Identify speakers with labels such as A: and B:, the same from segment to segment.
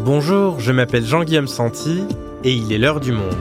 A: Bonjour, je m'appelle Jean-Guillaume Santi et il est l'heure du monde.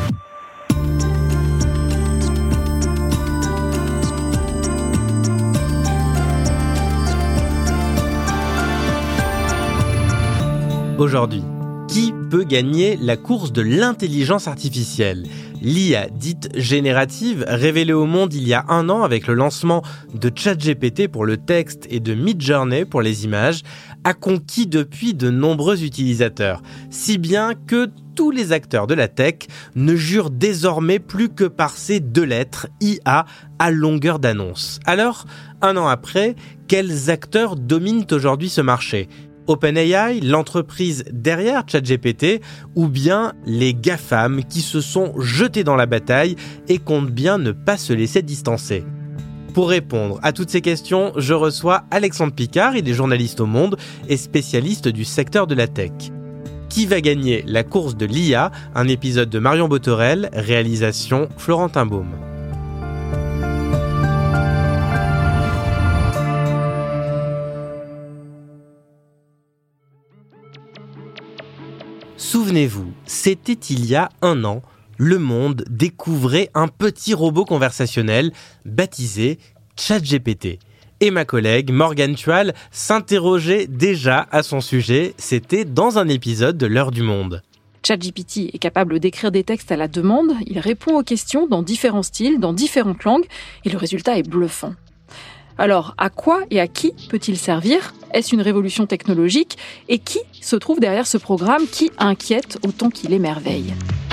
A: Aujourd'hui, qui peut gagner la course de l'intelligence artificielle ? L'IA dite générative, révélée au monde il y a 1 an avec le lancement de ChatGPT pour le texte et de Midjourney pour les images, a conquis depuis de nombreux utilisateurs, si bien que tous les acteurs de la tech ne jurent désormais plus que par ces 2 lettres, IA, à longueur d'annonce. Alors, 1 an après, quels acteurs dominent aujourd'hui ce marché ? OpenAI, l'entreprise derrière ChatGPT, ou bien les GAFAM qui se sont jetés dans la bataille et comptent bien ne pas se laisser distancer. Pour répondre à toutes ces questions, je reçois Alexandre Picard, il est journaliste au Monde et spécialiste du secteur de la tech. Qui va gagner la course de l'IA ? Un épisode de Marion Botorel, réalisation Florentin Baume. Souvenez-vous, c'était il y a 1 an, le monde découvrait un petit robot conversationnel baptisé ChatGPT. Et ma collègue Morgane Tual s'interrogeait déjà à son sujet, c'était dans un épisode de l'Heure du Monde.
B: ChatGPT est capable d'écrire des textes à la demande, il répond aux questions dans différents styles, dans différentes langues, et le résultat est bluffant. Alors, à quoi et à qui peut-il servir ? Est-ce une révolution technologique ? Et qui se trouve derrière ce programme qui inquiète autant qu'il émerveille ?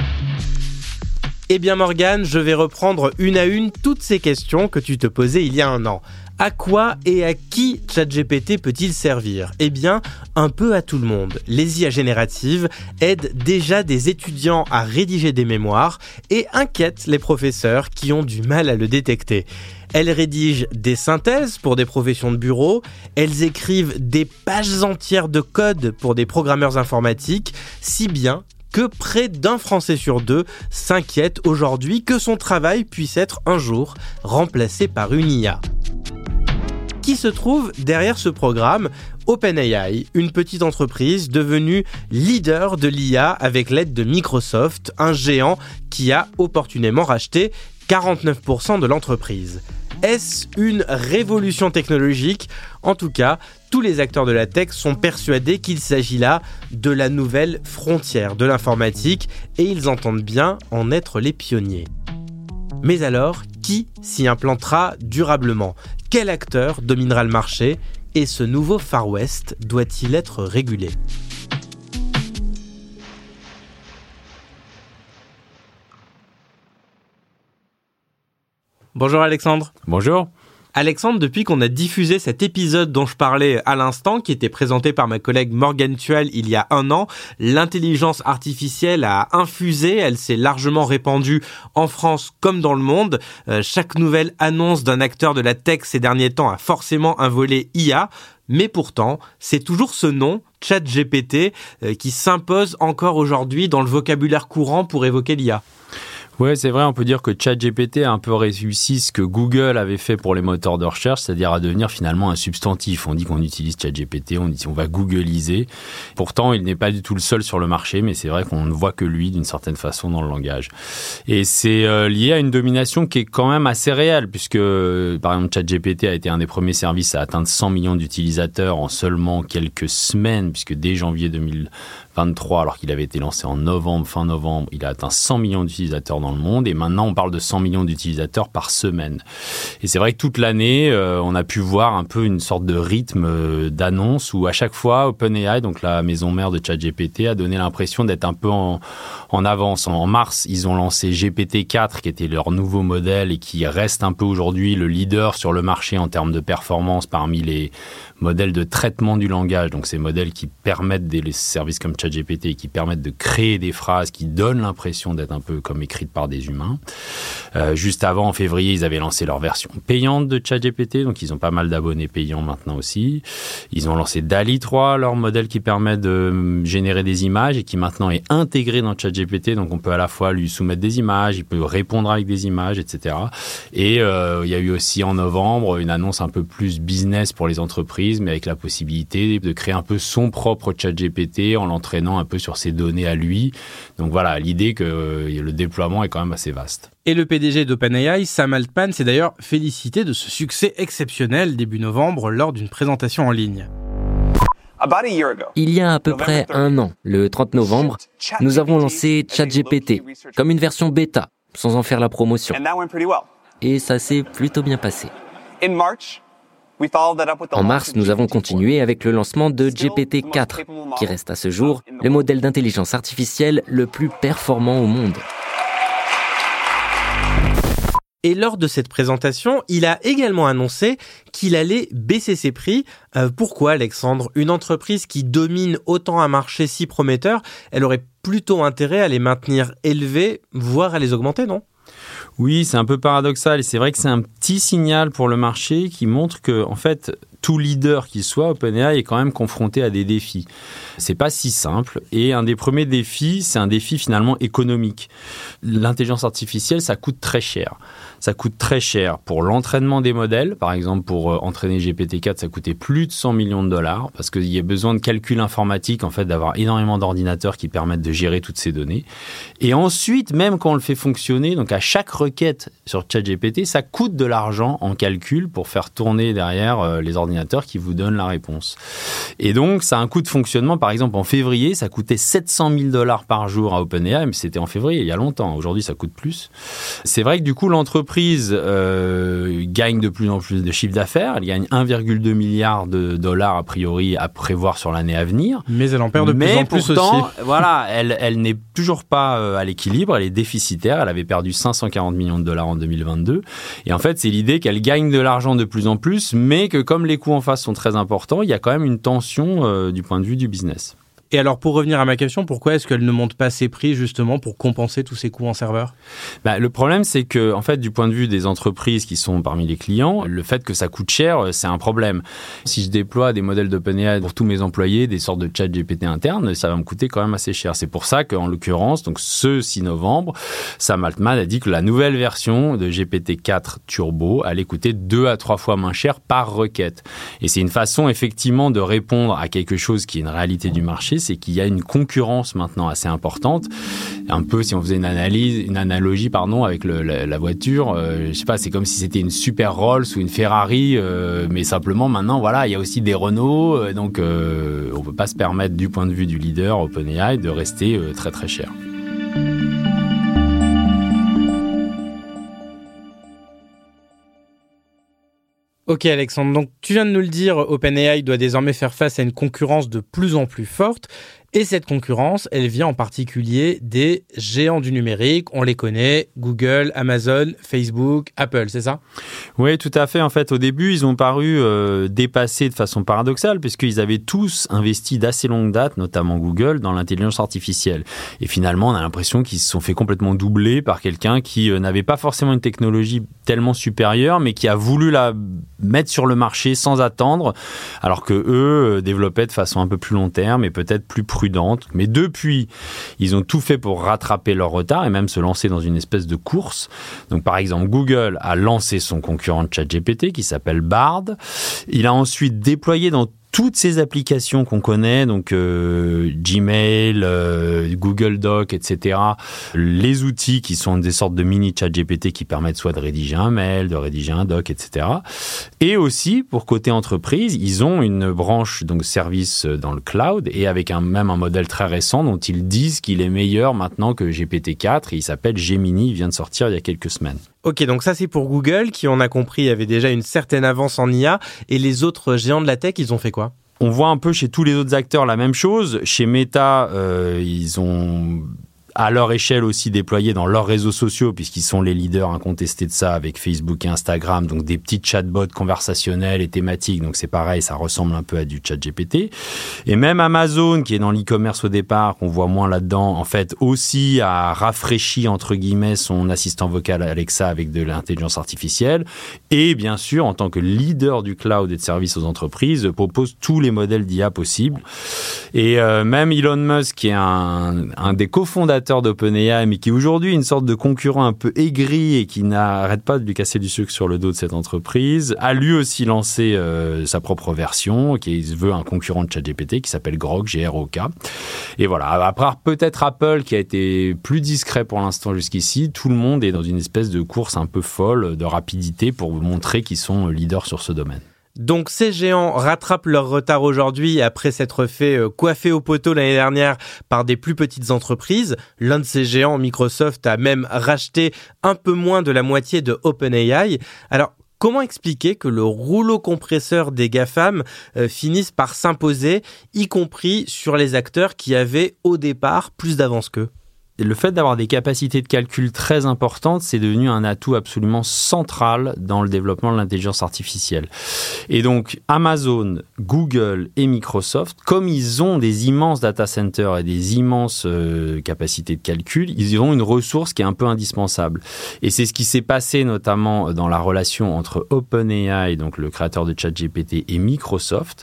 A: Eh bien Morgane, je vais reprendre une à une toutes ces questions que tu te posais il y a 1 an. À quoi et à qui ChatGPT peut-il servir ? Eh bien, un peu à tout le monde. Les IA génératives aident déjà des étudiants à rédiger des mémoires et inquiètent les professeurs qui ont du mal à le détecter. Elles rédigent des synthèses pour des professions de bureau, elles écrivent des pages entières de code pour des programmeurs informatiques, si bien que près d'un Français sur 2 s'inquiète aujourd'hui que son travail puisse être un jour remplacé par une IA. Qui se trouve derrière ce programme ? OpenAI, une petite entreprise devenue leader de l'IA avec l'aide de Microsoft, un géant qui a opportunément racheté 49% de l'entreprise. Est-ce une révolution technologique ? En tout cas, tous les acteurs de la tech sont persuadés qu'il s'agit là de la nouvelle frontière de l'informatique et ils entendent bien en être les pionniers. Mais alors, qui s'y implantera durablement ? Quel acteur dominera le marché ? Et ce nouveau Far West doit-il être régulé ? Bonjour Alexandre.
C: Bonjour.
A: Alexandre, depuis qu'on a diffusé cet épisode dont je parlais à l'instant, qui était présenté par ma collègue Morgane Tual il y a 1 an, l'intelligence artificielle a infusé, elle s'est largement répandue en France comme dans le monde. Chaque nouvelle annonce d'un acteur de la tech ces derniers temps a forcément un volet IA, mais pourtant, c'est toujours ce nom, ChatGPT, qui s'impose encore aujourd'hui dans le vocabulaire courant pour évoquer l'IA.
C: Ouais, c'est vrai, on peut dire que ChatGPT a un peu réussi ce que Google avait fait pour les moteurs de recherche, c'est-à-dire à devenir finalement un substantif. On dit qu'on utilise ChatGPT, on dit on va googliser. Pourtant, il n'est pas du tout le seul sur le marché, mais c'est vrai qu'on ne voit que lui d'une certaine façon dans le langage. Et c'est lié à une domination qui est quand même assez réelle, puisque par exemple ChatGPT a été un des premiers services à atteindre 100 millions d'utilisateurs en seulement quelques semaines, puisque dès janvier 2023, alors qu'il avait été lancé en novembre, fin novembre, il a atteint 100 millions d'utilisateurs dans le monde et maintenant on parle de 100 millions d'utilisateurs par semaine. Et c'est vrai que toute l'année, on a pu voir un peu une sorte de rythme d'annonce où à chaque fois OpenAI, donc la maison mère de ChatGPT, a donné l'impression d'être un peu en avance. En mars, ils ont lancé GPT-4 qui était leur nouveau modèle et qui reste un peu aujourd'hui le leader sur le marché en termes de performance parmi les modèles de traitement du langage. Donc ces modèles qui permettent des services comme ChatGPT, qui permettent de créer des phrases qui donnent l'impression d'être un peu comme écrites par des humains. Juste avant, en février, ils avaient lancé leur version payante de ChatGPT, donc ils ont pas mal d'abonnés payants maintenant aussi. Ils ont lancé DALL-E 3, leur modèle qui permet de générer des images et qui maintenant est intégré dans ChatGPT, donc on peut à la fois lui soumettre des images, il peut répondre avec des images, etc. Et il y a eu aussi en novembre une annonce un peu plus business pour les entreprises, mais avec la possibilité de créer un peu son propre ChatGPT en l'entraînant s'entraînant un peu sur ses données à lui. Donc voilà, l'idée que le déploiement est quand même assez vaste.
A: Et le PDG d'OpenAI, Sam Altman, s'est d'ailleurs félicité de ce succès exceptionnel début novembre lors d'une présentation en ligne.
D: Il y a à peu près un an, le 30 novembre, nous avons lancé ChatGPT comme une version bêta, sans en faire la promotion. Et ça s'est plutôt bien passé. En mars, nous avons continué avec le lancement de GPT-4, qui reste à ce jour le modèle d'intelligence artificielle le plus performant au monde.
A: Et lors de cette présentation, il a également annoncé qu'il allait baisser ses prix. Pourquoi, Alexandre ? Une entreprise qui domine autant un marché si prometteur, elle aurait plutôt intérêt à les maintenir élevés, voire à les augmenter, non ?
C: Oui, c'est un peu paradoxal et c'est vrai que c'est un petit signal pour le marché qui montre que, en fait, tout leader qu'il soit, OpenAI est quand même confronté à des défis. C'est pas si simple et un des premiers défis, c'est un défi finalement économique. L'intelligence artificielle, ça coûte très cher. Ça coûte très cher pour l'entraînement des modèles. Par exemple, pour entraîner GPT-4, ça coûtait plus de 100 millions de dollars parce qu'il y a besoin de calcul informatique, en fait, d'avoir énormément d'ordinateurs qui permettent de gérer toutes ces données. Et ensuite, même quand on le fait fonctionner, donc à chaque requête sur ChatGPT, ça coûte de l'argent en calcul pour faire tourner derrière les ordinateurs qui vous donnent la réponse. Et donc, ça a un coût de fonctionnement. Par exemple, en février, ça coûtait 700 000 dollars par jour à OpenAI, mais c'était en février, il y a longtemps. Aujourd'hui, ça coûte plus. C'est vrai que du coup, l'entreprise gagne de plus en plus de chiffre d'affaires. Elle gagne 1,2 milliard de dollars a priori à prévoir sur l'année à venir.
A: Mais elle en perd de plus en plus
C: pourtant,
A: aussi.
C: Voilà, elle n'est toujours pas à l'équilibre. Elle est déficitaire. Elle avait perdu 540 millions de dollars en 2022. Et en fait, c'est l'idée qu'elle gagne de l'argent de plus en plus, mais que comme les coûts en face sont très importants, il y a quand même une tension du point de vue du business.
A: Et alors, pour revenir à ma question, pourquoi est-ce qu'elle ne monte pas ses prix justement pour compenser tous ces coûts en serveur ?
C: Le problème, c'est que, en fait, du point de vue des entreprises qui sont parmi les clients, le fait que ça coûte cher, c'est un problème. Si je déploie des modèles d'OpenAI pour tous mes employés, des sortes de chat GPT internes, ça va me coûter quand même assez cher. C'est pour ça qu'en l'occurrence, donc ce 6 novembre, Sam Altman a dit que la nouvelle version de GPT-4 Turbo allait coûter 2 à 3 fois moins cher par requête. Et c'est une façon, effectivement, de répondre à quelque chose qui est une réalité du marché, c'est qu'il y a une concurrence maintenant assez importante. Un peu, si on faisait une analogie, avec la voiture, je sais pas, c'est comme si c'était une super Rolls ou une Ferrari, mais simplement maintenant, voilà, il y a aussi des Renault, donc on peut pas se permettre, du point de vue du leader OpenAI, de rester très très cher.
A: Ok Alexandre, donc tu viens de nous le dire, OpenAI doit désormais faire face à une concurrence de plus en plus forte. Et cette concurrence, elle vient en particulier des géants du numérique. On les connaît, Google, Amazon, Facebook, Apple, c'est ça ?
C: Oui, tout à fait. En fait, au début, ils ont paru dépassés de façon paradoxale puisqu'ils avaient tous investi d'assez longue date, notamment Google, dans l'intelligence artificielle. Et finalement, on a l'impression qu'ils se sont fait complètement doubler par quelqu'un qui n'avait pas forcément une technologie tellement supérieure, mais qui a voulu la mettre sur le marché sans attendre, alors que eux développaient de façon un peu plus long terme et peut-être plus prudente. Mais depuis, ils ont tout fait pour rattraper leur retard et même se lancer dans une espèce de course. Donc, par exemple, Google a lancé son concurrent de ChatGPT qui s'appelle Bard. Il a ensuite déployé dans toutes ces applications qu'on connaît, donc Gmail, Google Doc, etc., les outils qui sont des sortes de mini ChatGPT qui permettent soit de rédiger un mail, de rédiger un doc, etc. Et aussi, pour côté entreprise, ils ont une branche, donc service dans le cloud, et avec même un modèle très récent dont ils disent qu'il est meilleur maintenant que GPT-4, et il s'appelle Gemini, il vient de sortir il y a quelques semaines.
A: Ok, donc ça c'est pour Google, qui on a compris avait déjà une certaine avance en IA, et les autres géants de la tech, ils ont fait quoi ?
C: On voit un peu chez tous les autres acteurs la même chose. Chez Meta, ils ont à leur échelle aussi déployé dans leurs réseaux sociaux, puisqu'ils sont les leaders incontestés de ça avec Facebook et Instagram, donc des petits chatbots conversationnels et thématiques, donc c'est pareil, ça ressemble un peu à du ChatGPT. Et même Amazon, qui est dans l'e-commerce au départ, qu'on voit moins là-dedans, en fait aussi a rafraîchi entre guillemets son assistant vocal Alexa avec de l'intelligence artificielle, et bien sûr, en tant que leader du cloud et de services aux entreprises, propose tous les modèles d'IA possibles. Et même Elon Musk, qui est un des cofondateurs fondateur d'OpenAI, mais qui aujourd'hui est une sorte de concurrent un peu aigri et qui n'arrête pas de lui casser du sucre sur le dos de cette entreprise, a lui aussi lancé sa propre version, qui veut un concurrent de ChatGPT, qui s'appelle Grok, G-R-O-K. Et voilà, à part peut-être Apple, qui a été plus discret pour l'instant jusqu'ici, tout le monde est dans une espèce de course un peu folle de rapidité pour montrer qu'ils sont leaders sur ce domaine.
A: Donc ces géants rattrapent leur retard aujourd'hui après s'être fait coiffer au poteau l'année dernière par des plus petites entreprises. L'un de ces géants, Microsoft, a même racheté un peu moins de la moitié de OpenAI. Alors, comment expliquer que le rouleau compresseur des GAFAM finisse par s'imposer, y compris sur les acteurs qui avaient au départ plus d'avance qu'eux ?
C: Le fait d'avoir des capacités de calcul très importantes, c'est devenu un atout absolument central dans le développement de l'intelligence artificielle. Et donc, Amazon, Google et Microsoft, comme ils ont des immenses data centers et des immenses capacités de calcul, ils ont une ressource qui est un peu indispensable. Et c'est ce qui s'est passé notamment dans la relation entre OpenAI, donc le créateur de ChatGPT, et Microsoft.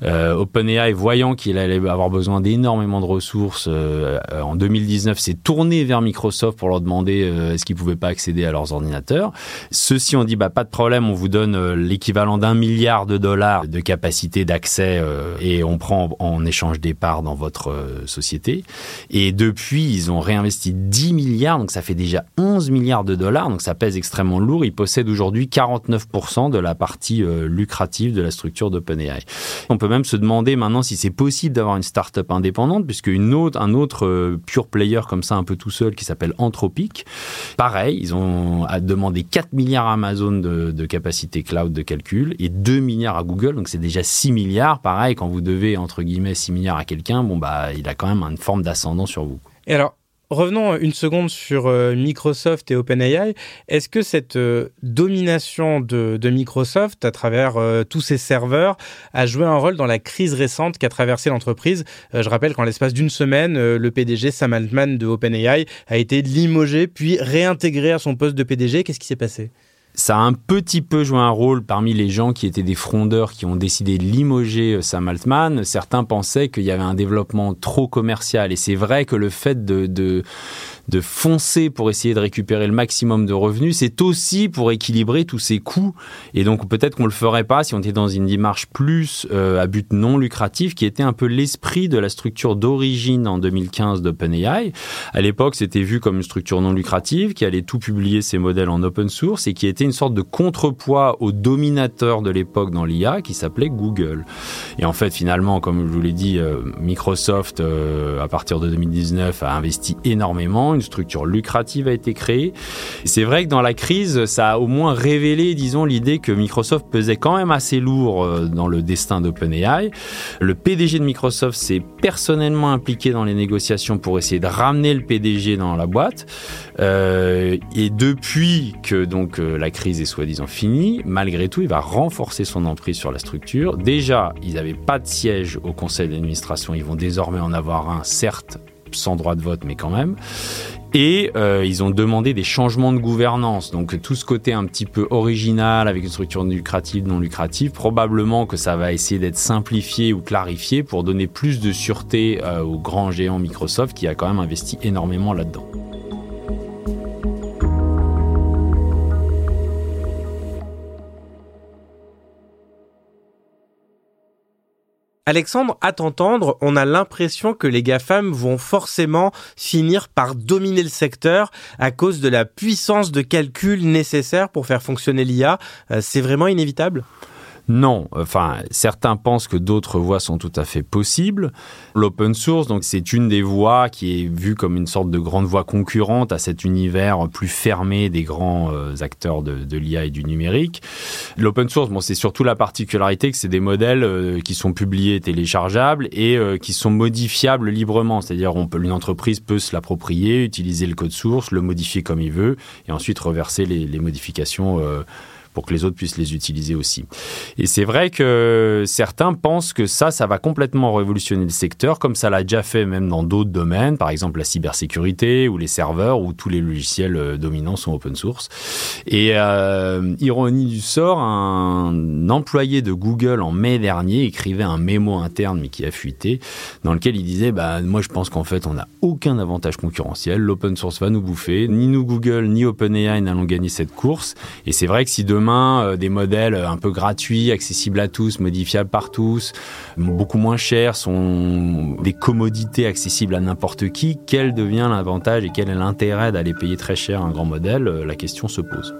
C: OpenAI, voyant qu'il allait avoir besoin d'énormément de ressources, en 2019, s'est tourné vers Microsoft pour leur demander est-ce qu'ils ne pouvaient pas accéder à leurs ordinateurs. Ceux-ci ont dit pas de problème, on vous donne l'équivalent d'$1 milliard de capacité d'accès et on prend en échange des parts dans votre société. Et depuis, ils ont réinvesti 10 milliards, donc ça fait déjà 11 milliards de dollars, donc ça pèse extrêmement lourd. Ils possèdent aujourd'hui 49% de la partie lucrative de la structure d'OpenAI. On peut même se demander maintenant si c'est possible d'avoir une start-up indépendante, puisque un autre pure player comme ça, un peu tout seul, qui s'appelle Anthropic. Pareil, ils ont demandé 4 milliards à Amazon de capacité cloud de calcul et 2 milliards à Google, donc c'est déjà 6 milliards. Pareil, quand vous devez, entre guillemets, 6 milliards à quelqu'un, il a quand même une forme d'ascendant sur vous.
A: Et alors, revenons une seconde sur Microsoft et OpenAI. Est-ce que cette domination de Microsoft à travers tous ses serveurs a joué un rôle dans la crise récente qu'a traversée l'entreprise ? Je rappelle qu'en l'espace d'une semaine, le PDG Sam Altman de OpenAI a été limogé puis réintégré à son poste de PDG. Qu'est-ce qui s'est passé ?
C: Ça a un petit peu joué un rôle parmi les gens qui étaient des frondeurs qui ont décidé de limoger Sam Altman. Certains pensaient qu'il y avait un développement trop commercial. Et c'est vrai que le fait de foncer pour essayer de récupérer le maximum de revenus, c'est aussi pour équilibrer tous ces coûts. Et donc peut-être qu'on ne le ferait pas si on était dans une démarche plus à but non lucratif, qui était un peu l'esprit de la structure d'origine en 2015 d'OpenAI. À l'époque, c'était vu comme une structure non lucrative qui allait tout publier ses modèles en open source et qui était une sorte de contrepoids au dominateur de l'époque dans l'IA qui s'appelait Google. Et en fait, finalement, comme je vous l'ai dit, Microsoft, à partir de 2019, a investi énormément. Une structure lucrative a été créée. Et c'est vrai que dans la crise, ça a au moins révélé, disons, l'idée que Microsoft pesait quand même assez lourd dans le destin d'OpenAI. Le PDG de Microsoft s'est personnellement impliqué dans les négociations pour essayer de ramener le PDG dans la boîte. Et depuis que la crise est soi-disant finie, malgré tout, il va renforcer son emprise sur la structure. Déjà, ils n'avaient pas de siège au conseil d'administration. Ils vont désormais en avoir un, certes, sans droit de vote, mais quand même. Et ils ont demandé des changements de gouvernance. Donc tout ce côté un petit peu original avec une structure lucrative, non lucrative, probablement que ça va essayer d'être simplifié ou clarifié pour donner plus de sûreté au grand géant Microsoft qui a quand même investi énormément là-dedans.
A: Alexandre, à t'entendre, on a l'impression que les GAFAM vont forcément finir par dominer le secteur à cause de la puissance de calcul nécessaire pour faire fonctionner l'IA. C'est vraiment inévitable ?
C: Non, enfin, certains pensent que d'autres voies sont tout à fait possibles. L'open source, donc, c'est une des voies qui est vue comme une sorte de grande voie concurrente à cet univers plus fermé des grands acteurs de l'IA et du numérique. L'open source, c'est surtout la particularité que c'est des modèles qui sont publiés, téléchargeables et qui sont modifiables librement. C'est-à-dire, une entreprise peut se l'approprier, utiliser le code source, le modifier comme il veut et ensuite reverser les modifications pour que les autres puissent les utiliser aussi. Et c'est vrai que certains pensent que ça va complètement révolutionner le secteur, comme ça l'a déjà fait même dans d'autres domaines, par exemple la cybersécurité ou les serveurs où tous les logiciels dominants sont open source. Et ironie du sort, un employé de Google en mai dernier écrivait un mémo interne mais qui a fuité, dans lequel il disait moi je pense qu'en fait on n'a aucun avantage concurrentiel, l'open source va nous bouffer, ni nous Google ni OpenAI n'allons gagner cette course. Et c'est vrai que si demain des modèles un peu gratuits, accessibles à tous, modifiables par tous, beaucoup moins chers, sont des commodités accessibles à n'importe qui, quel devient l'avantage et quel est l'intérêt d'aller payer très cher un grand modèle? La question se pose.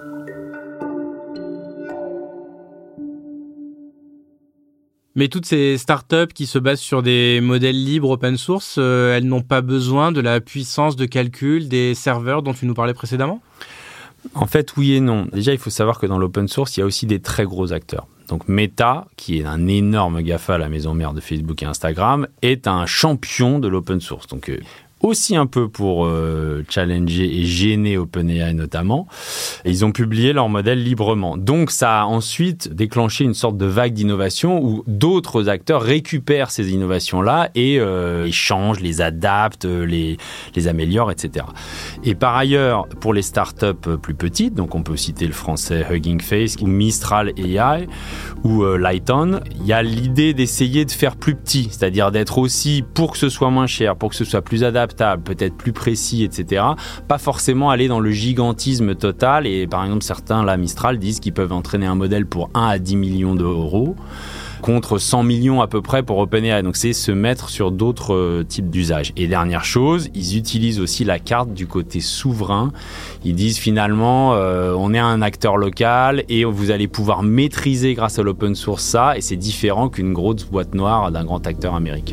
A: Mais toutes ces startups qui se basent sur des modèles libres open source, elles n'ont pas besoin de la puissance de calcul des serveurs dont tu nous parlais précédemment ?
C: En fait, oui et non. Déjà, il faut savoir que dans l'open source, il y a aussi des très gros acteurs. Donc Meta, qui est un énorme GAFA, la maison mère de Facebook et Instagram, est un champion de l'open source. Donc aussi un peu pour challenger et gêner OpenAI notamment. Et ils ont publié leur modèle librement. Donc ça a ensuite déclenché une sorte de vague d'innovation où d'autres acteurs récupèrent ces innovations-là et les changent, les adaptent, les améliorent, etc. Et par ailleurs, pour les startups plus petites, donc on peut citer le français Hugging Face ou Mistral AI ou Lighton, il y a l'idée d'essayer de faire plus petit, c'est-à-dire d'être aussi, pour que ce soit moins cher, pour que ce soit plus adaptable, peut-être plus précis, etc. Pas forcément aller dans le gigantisme total. Et par exemple, certains, là, Mistral, disent qu'ils peuvent entraîner un modèle pour 1 à 10 millions d'euros contre 100 millions à peu près pour OpenAI. Donc, c'est se mettre sur d'autres types d'usages. Et dernière chose, ils utilisent aussi la carte du côté souverain. Ils disent finalement, on est un acteur local et vous allez pouvoir maîtriser grâce à l'open source ça. Et c'est différent qu'une grosse boîte noire d'un grand acteur américain.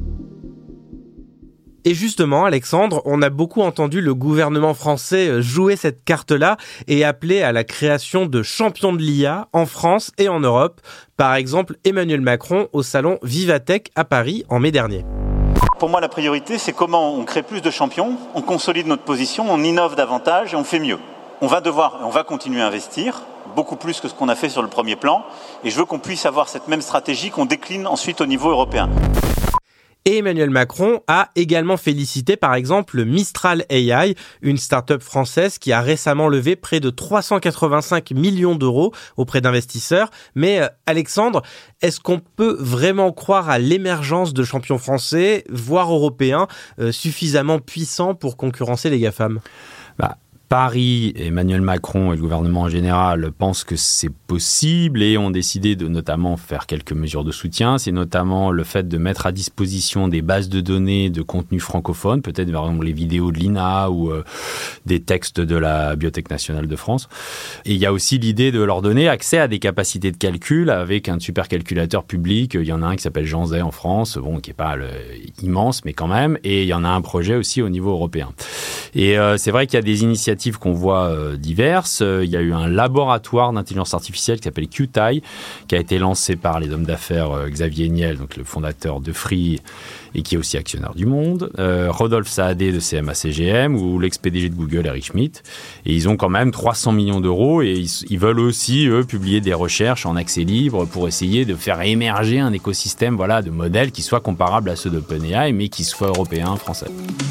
A: Et justement, Alexandre, on a beaucoup entendu le gouvernement français jouer cette carte-là et appeler à la création de champions de l'IA en France et en Europe. Par exemple, Emmanuel Macron au salon Vivatech à Paris en mai dernier.
E: Pour moi, la priorité, c'est comment on crée plus de champions, on consolide notre position, on innove davantage et on fait mieux. On va continuer à investir, beaucoup plus que ce qu'on a fait sur le premier plan. Et je veux qu'on puisse avoir cette même stratégie qu'on décline ensuite au niveau européen.
A: Et Emmanuel Macron a également félicité par exemple Mistral AI, une start-up française qui a récemment levé près de 385 millions d'euros auprès d'investisseurs. Mais Alexandre, est-ce qu'on peut vraiment croire à l'émergence de champions français, voire européens, suffisamment puissants pour concurrencer les GAFAM ?
C: Paris, Emmanuel Macron et le gouvernement en général pensent que c'est possible et ont décidé de notamment faire quelques mesures de soutien. C'est notamment le fait de mettre à disposition des bases de données de contenu francophone, peut-être par exemple les vidéos de l'INA ou des textes de la Bibliothèque nationale de France. Et il y a aussi l'idée de leur donner accès à des capacités de calcul avec un supercalculateur public. Il y en a un qui s'appelle Jean Zay en France, qui n'est pas immense, mais quand même. Et il y en a un projet aussi au niveau européen. Et c'est vrai qu'il y a des initiatives qu'on voit diverses. Il y a eu un laboratoire d'intelligence artificielle qui s'appelle QTAI, qui a été lancé par les hommes d'affaires Xavier Niel, donc le fondateur de Free et qui est aussi actionnaire du Monde, Rodolphe Saadé de CMA-CGM ou l'ex-PDG de Google, Eric Schmidt. Et ils ont quand même 300 millions d'euros et ils veulent aussi, eux, publier des recherches en accès libre pour essayer de faire émerger un écosystème de modèles qui soit comparable à ceux d'OpenAI, mais qui soit européen, français.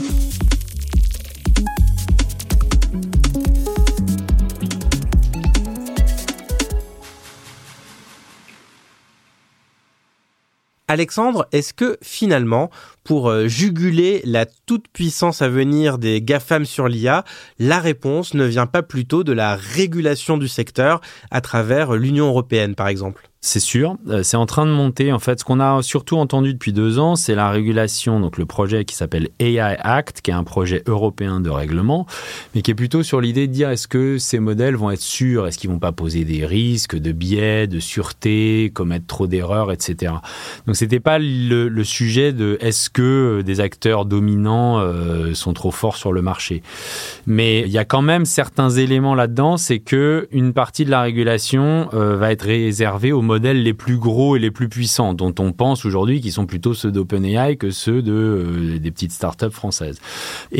A: Alexandre, est-ce que finalement, pour juguler la toute-puissance à venir des GAFAM sur l'IA, la réponse ne vient pas plutôt de la régulation du secteur à travers l'Union européenne, par exemple ?
C: C'est sûr, c'est en train de monter. En fait, ce qu'on a surtout entendu depuis 2 ans, c'est la régulation, donc le projet qui s'appelle AI Act, qui est un projet européen de règlement, mais qui est plutôt sur l'idée de dire est-ce que ces modèles vont être sûrs, est-ce qu'ils vont pas poser des risques de biais, de sûreté, commettre trop d'erreurs, etc. Donc c'était pas le sujet de est-ce que des acteurs dominants sont trop forts sur le marché. Mais il y a quand même certains éléments là-dedans, c'est que une partie de la régulation va être réservée aux modèles les plus gros et les plus puissants, dont on pense aujourd'hui qu'ils sont plutôt ceux d'OpenAI que ceux des petites startups françaises. Et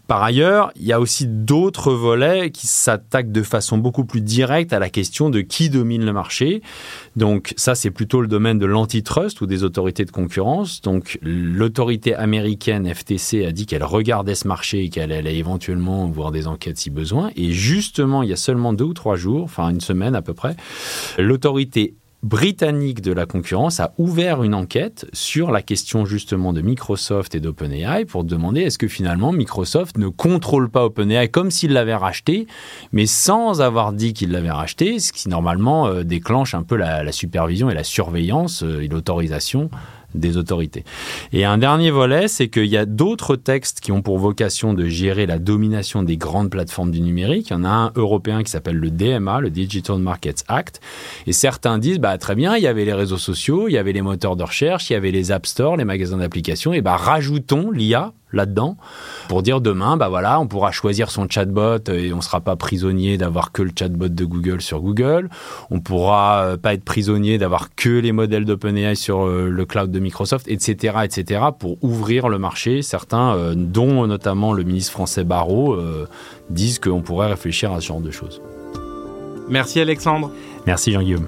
C: Par ailleurs, il y a aussi d'autres volets qui s'attaquent de façon beaucoup plus directe à la question de qui domine le marché. Donc ça, c'est plutôt le domaine de l'antitrust ou des autorités de concurrence. Donc l'autorité américaine FTC a dit qu'elle regardait ce marché et qu'elle allait éventuellement voir des enquêtes si besoin. Et justement, il y a seulement 2 ou 3 jours, enfin une semaine à peu près, l'autorité britannique de la concurrence a ouvert une enquête sur la question justement de Microsoft et d'OpenAI pour demander est-ce que finalement Microsoft ne contrôle pas OpenAI comme s'il l'avait racheté, mais sans avoir dit qu'il l'avait racheté, ce qui normalement déclenche un peu la supervision et la surveillance et l'autorisation des autorités. Et un dernier volet, c'est qu'il y a d'autres textes qui ont pour vocation de gérer la domination des grandes plateformes du numérique. Il y en a un européen qui s'appelle le DMA, le Digital Markets Act. Et certains disent, très bien, il y avait les réseaux sociaux, il y avait les moteurs de recherche, il y avait les App Store, les magasins d'applications, et rajoutons l'IA là-dedans pour dire demain, on pourra choisir son chatbot et on ne sera pas prisonnier d'avoir que le chatbot de Google sur Google. On ne pourra pas être prisonnier d'avoir que les modèles d'OpenAI sur le cloud de Microsoft, etc., etc., pour ouvrir le marché. Certains, dont notamment le ministre français Barrot, disent qu'on pourrait réfléchir à ce genre de choses.
A: Merci Alexandre.
C: Merci Jean-Guillaume.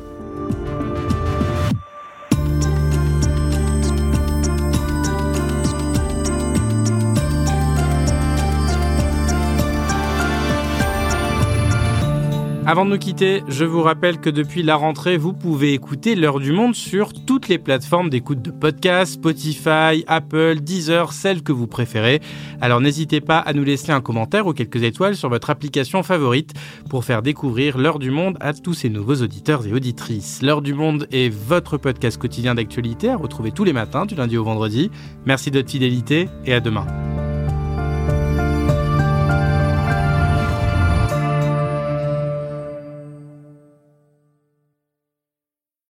A: Avant de nous quitter, je vous rappelle que depuis la rentrée, vous pouvez écouter L'Heure du Monde sur toutes les plateformes d'écoute de podcasts, Spotify, Apple, Deezer, celles que vous préférez. Alors n'hésitez pas à nous laisser un commentaire ou quelques étoiles sur votre application favorite pour faire découvrir L'Heure du Monde à tous ces nouveaux auditeurs et auditrices. L'Heure du Monde est votre podcast quotidien d'actualité à retrouver tous les matins du lundi au vendredi. Merci de votre fidélité et à demain.